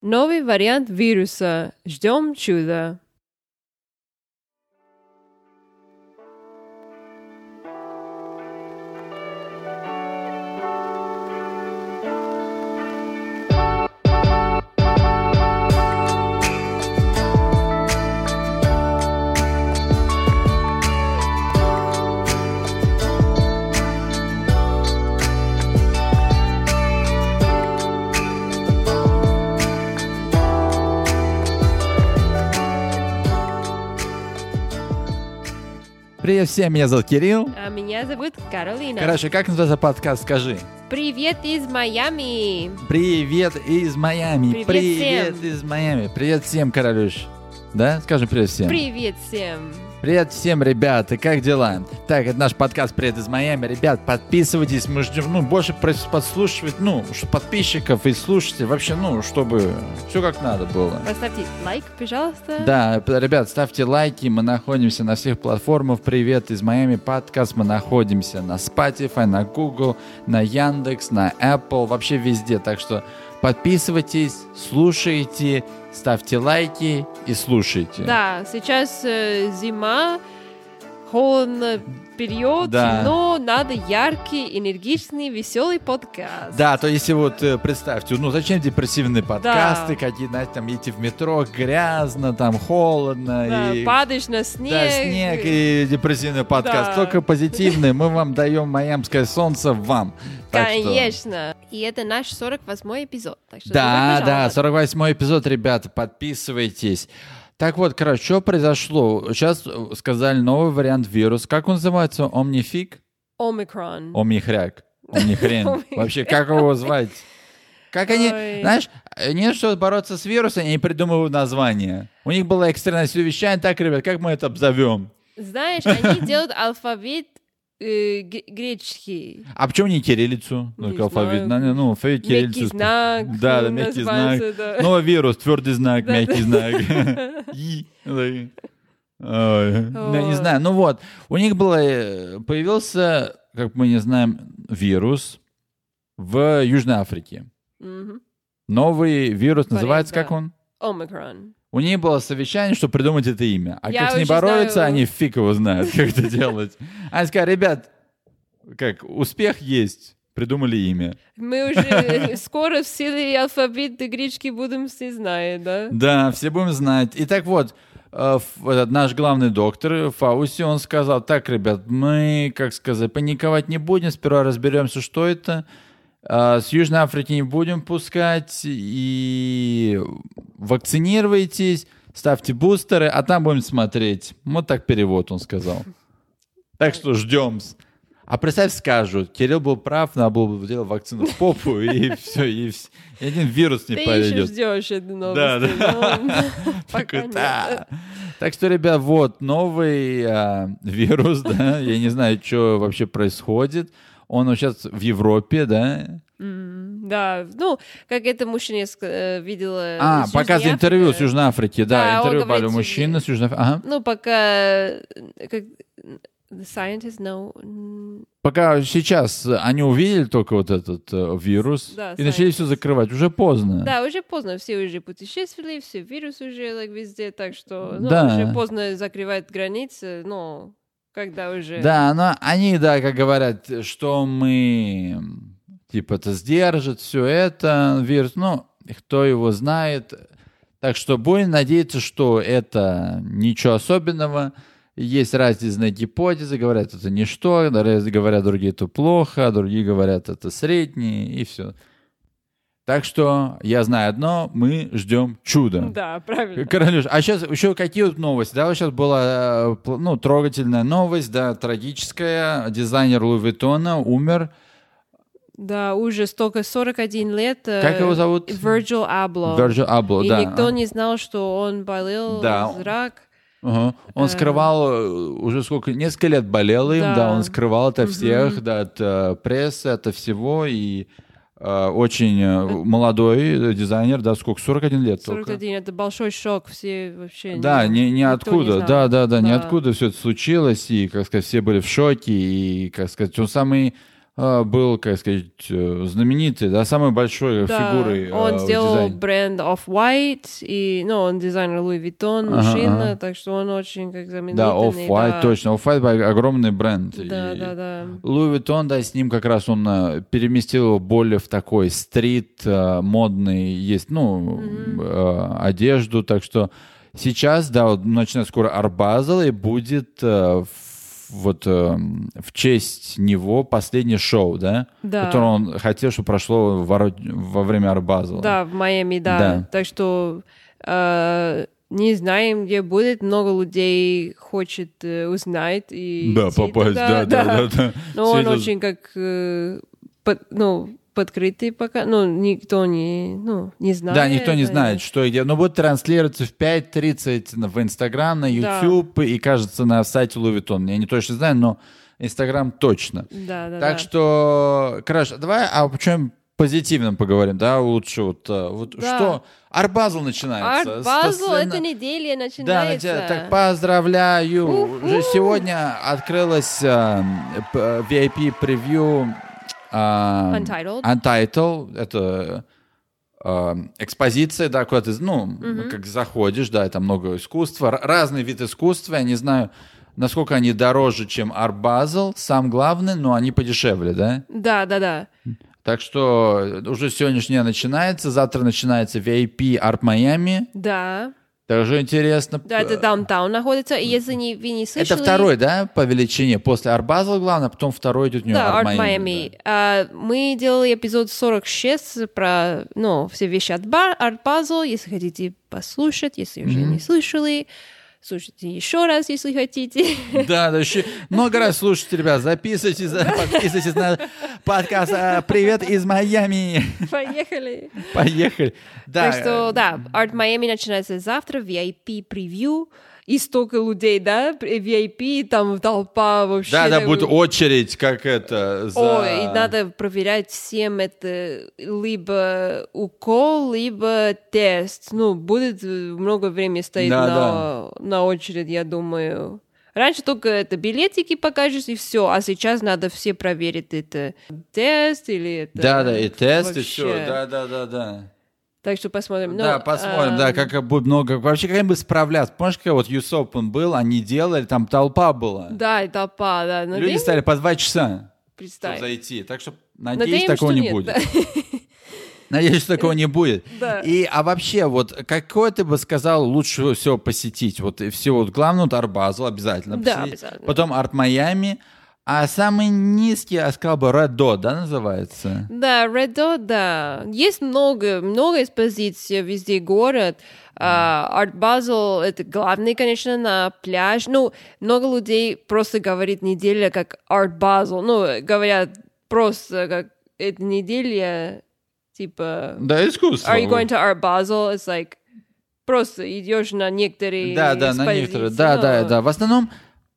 Новый вариант вируса. Ждем чуда. Привет всем, меня зовут Кирилл. А меня зовут Каролина. Короче, как называется подкаст, скажи. Привет из Майами. Привет из Майами. Привет всем. Из Майами. Привет всем, Каролюш. Да? Скажем привет всем. Привет всем. Привет всем, ребята, как дела? Так, это наш подкаст «Привет из Майами». Ребят, подписывайтесь, мы ждем, больше подслушивать, подписчиков и слушателей, вообще, чтобы все как надо было. Поставьте лайк, пожалуйста. Да, ребят, ставьте лайки, мы находимся на всех платформах «Привет из Майами» подкаст, мы находимся на Spotify, на Google, на Яндекс, на Apple, вообще везде, так что подписывайтесь, слушайте, ставьте лайки и слушайте. Да, сейчас зима, холодно период, да. Но надо яркий, энергичный, веселый подкаст. Да, то если представьте, зачем депрессивные подкасты, какие, знаете, там идти в метро, грязно, там холодно. Да, и падаешь на снег. Да, снег и депрессивный подкаст. Да. Только позитивный, мы вам даем майамское солнце вам. Конечно. И это наш 48-й эпизод. Так что да, 48-й эпизод, ребята, подписывайтесь. Так вот, короче, что произошло? Сейчас сказали новый вариант вируса. Как он называется? Омнифиг? Омикрон. Омнихряк. Омнихрен. Вообще, как его звать? Как они, знаешь, не чтобы бороться с вирусом, они придумывают название. У них было экстренное совещание. Так, ребят, как мы это обзовем? Знаешь, они делают алфавит греческий. А почему не кириллицу? Алфавит. Алфавит кириллицу. Мягкий знак. Да, мягкий знак. Да. Вирус, твердый знак, да, мягкий знак. Не знаю. У них появился, как мы не знаем, вирус в Южной Африке. Новый вирус называется, как он? Омикрон. У них было совещание, чтобы придумать это имя. А как с ней бороться, они фиг его знают, как это делать. Они сказали, ребят, успех есть, придумали имя. Мы уже скоро все алфавиты гречки будем все знать, да? Да, все будем знать. И так вот, наш главный доктор Фауси, он сказал, так, ребят, мы, паниковать не будем, сперва разберемся, что это. С Южной Африки не будем пускать, и вакцинируйтесь, ставьте бустеры, а там будем смотреть. Вот так перевод он сказал. Так что ждем. А представь, скажут, Кирилл был прав, надо было бы делать вакцину в попу, и все, и один вирус не пойдет. Ты еще ждешь эту новость. Да. Так что, ребят, новый вирус, да, я не знаю, что вообще происходит. Он сейчас в Европе, да? Да, как это мужчина видела. Показывает интервью с Южной Африки, да, интервью были мужчины с Южной Африки. Пока scientists know. Пока сейчас они увидели только этот вирус, да, и начали все закрывать, уже поздно. Да, уже поздно, все уже путешествовали, все вирус уже везде, так что уже поздно закрывать границы, когда уже... Да, но они, как говорят, что мы, это сдержит все это, вирус, кто его знает. Так что будем надеяться, что это ничего особенного. Есть разные гипотезы, говорят, это ничто, говорят, другие, это плохо, другие говорят, это среднее, и все. Так что я знаю одно, мы ждем чуда. Да, правильно. Королюш, а сейчас еще какие новости? Да, сейчас была трогательная новость, да, трагическая. Дизайнер Луи Виттона умер. Да, уже 41 лет. Как его зовут? Virgil Abloh. Virgil Abloh, да. И никто не знал, что он болел рак. Он скрывал уже несколько лет болел им, да, он скрывал от всех, да, от прессы, от всего, и очень молодой дизайнер, да, 41 лет 41, только. Это большой шок, все вообще... Да, ниоткуда, ниоткуда все это случилось, и, все были в шоке, и, он самый был, как сказать, знаменитый, да, самой большой фигурой он сделал дизайна. бренд Off-White, и, он дизайнер Louis Vuitton, мужчина, так что он очень как знаменитый. Да, Off-White, точно. Off-White огромный бренд. Да. Louis Vuitton, да, с ним как раз он переместил его более в такой стрит, модный, есть, одежду, так что сейчас, да, вот начинает скоро Art Basel, и будет в честь него последнее шоу, да? Которое он хотел, чтобы прошло во время Art Basel. Да, в Майами, да. Так что не знаем, где будет. Много людей хочет узнать. И попасть, да. Но он очень как, подкрытый пока, никто не знает. Да, никто не знает, что и где. Но будет транслироваться в 5:30 в Инстаграм, на YouTube и, кажется, на сайте Louis Vuitton. Я не точно знаю, но Инстаграм точно. Так что, Краш, давай о чем позитивном поговорим, да, лучше что? Art Basel начинается. Art Basel эта неделя начинается. Да, так поздравляю. Уже сегодня открылась VIP-превью Untitled. Это экспозиция, да, куда ты, как заходишь, да, это много искусства, разный вид искусства, я не знаю, насколько они дороже, чем Art Basel, сам главный, но они подешевле, да? Да. Так что уже сегодняшняя начинается, завтра начинается VIP Art Miami. Да. Тоже интересно. Да, это даунтаун находится, и если вы не слышали... Это второй, да, по величине? После Art Basel главное, а потом второй идет у него Art Miami. Да. Мы делали эпизод 46 про, все вещи от Art Basel, если хотите послушать, если уже не слышали. Слушайте еще раз, если хотите. Да, еще много раз слушайте, ребят. Записывайтесь, подписывайтесь на подкаст «Привет из Майами». Поехали. Так что, Art Miami начинается завтра, VIP-превью. И столько людей, да, VIP, там толпа вообще. Да, будет очередь, как это. И надо проверять всем это либо укол, либо тест. Будет много времени стоять на очередь, я думаю. Раньше только это билетики покажешь, и все. А сейчас надо все проверить, это тест или это... Да, и тест, вообще. И все. Да. Так что посмотрим. Посмотрим, как будет много. Вообще, как бы справляться. Помнишь, как вот US Open был, они делали, там толпа была. Да, и толпа, да. Люди стояли по 2 часа, чтобы зайти. Так что, надеюсь, такого не будет. Да. Надеюсь, что такого не будет. Да. А вообще, какой ты бы сказал лучше всего посетить? Все главное, Art Basel обязательно посетить. Да, обязательно. Потом Art Miami. А самый низкий, я сказал бы, Red Dot, да, называется? Да, Red Dot, да. Есть много экспозиций везде город. Art Basel — это главный, конечно, на пляж. Много людей просто говорит неделя как Art Basel. Говорят просто как эта неделя, типа... Да, искусство. Are you going to Art Basel? It's like просто идешь на некоторые экспозиции. На некоторые. Да. В основном...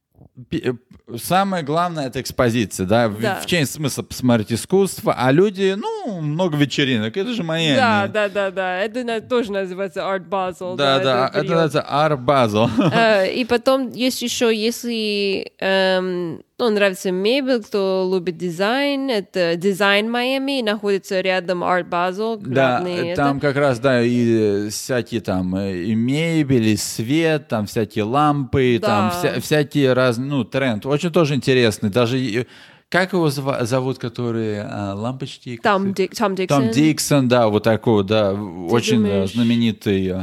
Самое главное — это экспозиция, да? В чем смысл посмотреть искусство, а люди, много вечеринок, это же Майами. Да, это тоже называется Art Basel. Да, это называется Art Basel. И потом есть еще, если нравится мебель, кто любит дизайн, это Design Miami, находится рядом Art Basel. Да, там как раз, и всякие там и мебель, и свет, там всякие лампы, там всякие разные, тренд. Очень тоже интересный. Даже, как его зовут, который лампочки? Том Диксон. Том Диксон, да, вот такой, да, очень знаменитый...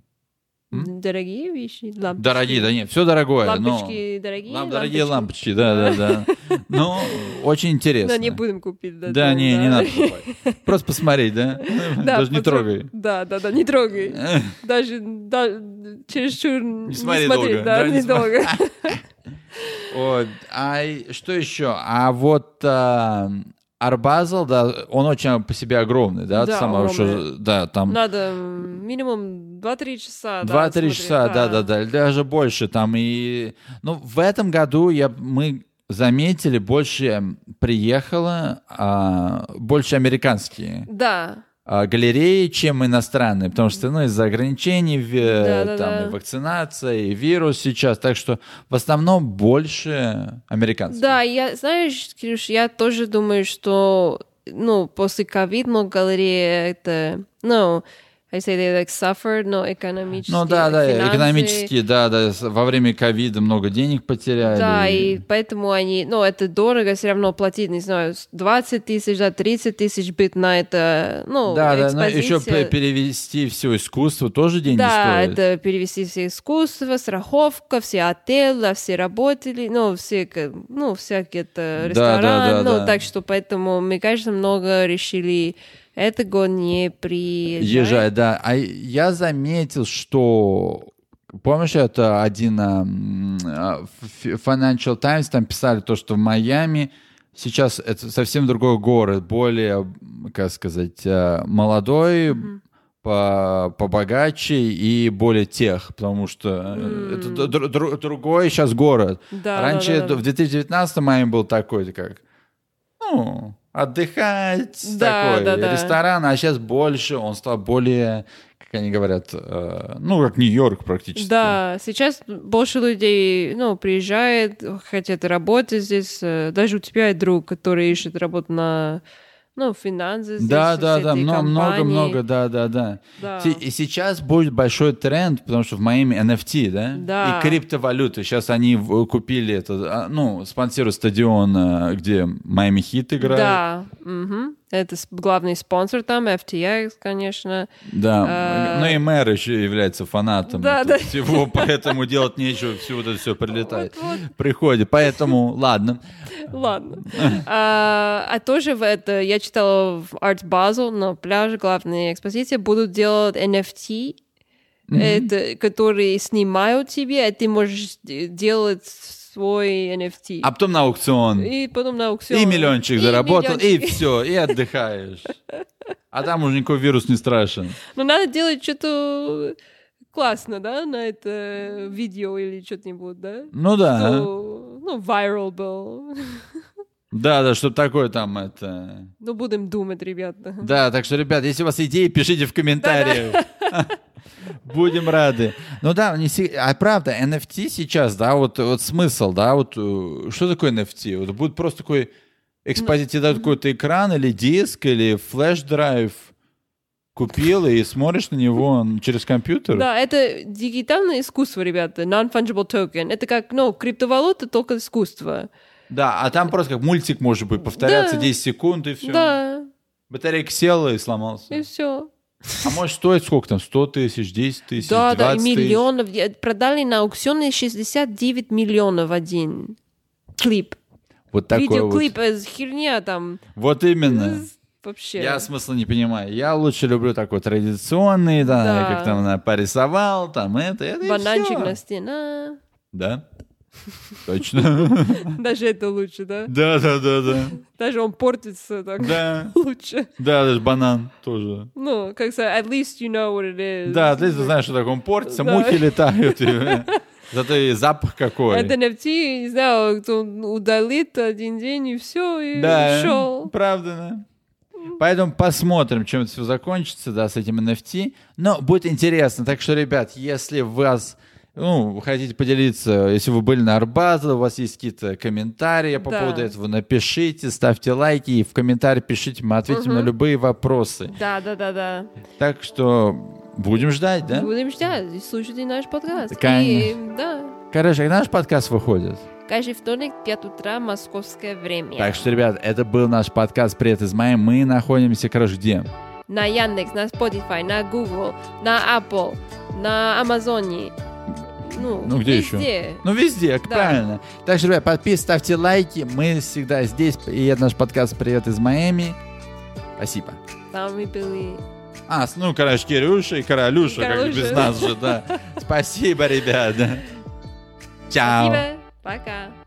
Дорогие вещи, лампочки. Дорогие, да нет, все дорогое. Лампочки дорогие, дорогие лампочки, да. Очень интересно. Да, не будем купить. Да, не надо покупать. Просто посмотреть, да? Даже не трогай. Да, не трогай. Даже чересчур не смотреть. Долго. Да, недолго. А что еще? А вот Art Basel, да, он очень по себе огромный, да? Да, огромный. Там... Надо минимум 2-3 часа. 2-3 часа, да, даже больше там. В этом году мы заметили, больше приехало, больше американские. Да. галереи, чем иностранные, потому что, ну, из-за ограничений, там, и вакцинация, и вирус сейчас, так что в основном больше американцев. Да, знаешь, Кирюш, я тоже думаю, что, ну, после ковид, ну, галереи это, ну, I say they like suffered, но экономически. Ну да, финансы. Экономически, да, во время ковида много денег потеряли. Да, и поэтому они, ну, это дорого все равно платить, не знаю, 20 тысяч, 30 тысяч бит на это, ну, да, но еще перевести все искусство тоже деньги стоит. Да, это перевести все искусство, страховка, все отели, все работали, ну, всякие рестораны, ну, так что поэтому, мне кажется, много решили это год не приезжать. Да. А я заметил, что... Помнишь, это один Financial Times там писали то, что в Майами сейчас это совсем другой город, более, как сказать, молодой, побогаче и более тех, потому что это другой сейчас город. Раньше в 2019 Майами был такой, как, ну... отдыхать, такой ресторан, а сейчас больше, он стал более, как они говорят, ну, как Нью-Йорк практически. Да, сейчас больше людей, ну, приезжает, хотят работать здесь. Даже у тебя есть друг, который ищет работу на, ну, финансы здесь. Да, много, да. И сейчас будет большой тренд, потому что в Майами NFT, да? И криптовалюты. Сейчас они купили это, ну, спонсируют стадион, где Майами Хит играет. Да, это главный спонсор там, FTX, конечно. Да, ну и мэр еще является фанатом всего, поэтому делать нечего, все прилетает. Приходит, поэтому ладно. А тоже я читала в Art Basel, на пляже, главная экспозиция, будут делать NFT, которые снимают тебе, а ты можешь делать свой NFT. А потом на аукцион. И потом на аукцион. И миллиончик заработал, и все, и отдыхаешь. А там уже никакой вирус не страшен. Но надо делать что-то классно, да, на это видео или что-нибудь, да? Ну да. Ну, viral был. Да, чтобы такое там это... Ну, будем думать, ребята. Да, так что, ребят, если у вас идеи, пишите в комментариях. Будем рады. Ну да, правда, NFT сейчас, да, вот смысл, да, вот что такое NFT? Вот будет просто такой экспозиции, дают какой-то экран или диск, или флеш-драйв, купил и смотришь на него через компьютер. Да, это дигитальное искусство, ребята, non-fungible token. Это как, ну, криптовалюта, только искусство. Да, а там просто как мультик может быть, повторяться 10 секунд и все. Да. Батарейка села и сломался. И все. А может стоить сколько там? 100 тысяч, 10 тысяч, 20 да, миллионов. Продали на аукционе 69 миллионов один клип. Вот такой видеоклип, херня там. Вот именно. Вообще. Я смысла не понимаю. Я лучше люблю такой традиционный, да. Как там порисовал, там это бананчик на стене. Да. Точно. Даже это лучше, да? Да. Даже он портится так лучше. Да, даже банан тоже. Ну, как сказать, at least you know what it is. Да, at least ты знаешь, что такое он портится, мухи летают. Зато и запах какой. Это NFT, не знаю, кто удалит один день и все, и ушел. Правда, да. Поэтому посмотрим, чем это все закончится, да, с этим NFT. Но будет интересно. Так что, ребят, если вас... Ну, вы хотите поделиться, если вы были на Art Basel, у вас есть какие-то комментарии по поводу этого, напишите, ставьте лайки и в комментарии пишите, мы ответим на любые вопросы. Да. Так что будем ждать, да? Будем ждать, слушайте наш подкаст. Конечно. Короче, наш подкаст выходит? Каждый вторник, 5 утра, московское время. Так что, ребят, это был наш подкаст «Привет из Майами». Мы находимся, где? На Яндекс, на Spotify, на Google, на Apple, на Амазоне. Ну, где везде. еще? Ну, везде, правильно. Так что, ребят, подписывайтесь, ставьте лайки. Мы всегда здесь. И это наш подкаст «Привет из Майами». Спасибо. Там мы были... короче, Кирюша и Королюша, как без нас же, да. Спасибо, ребята. Чао. Спасибо. Пока.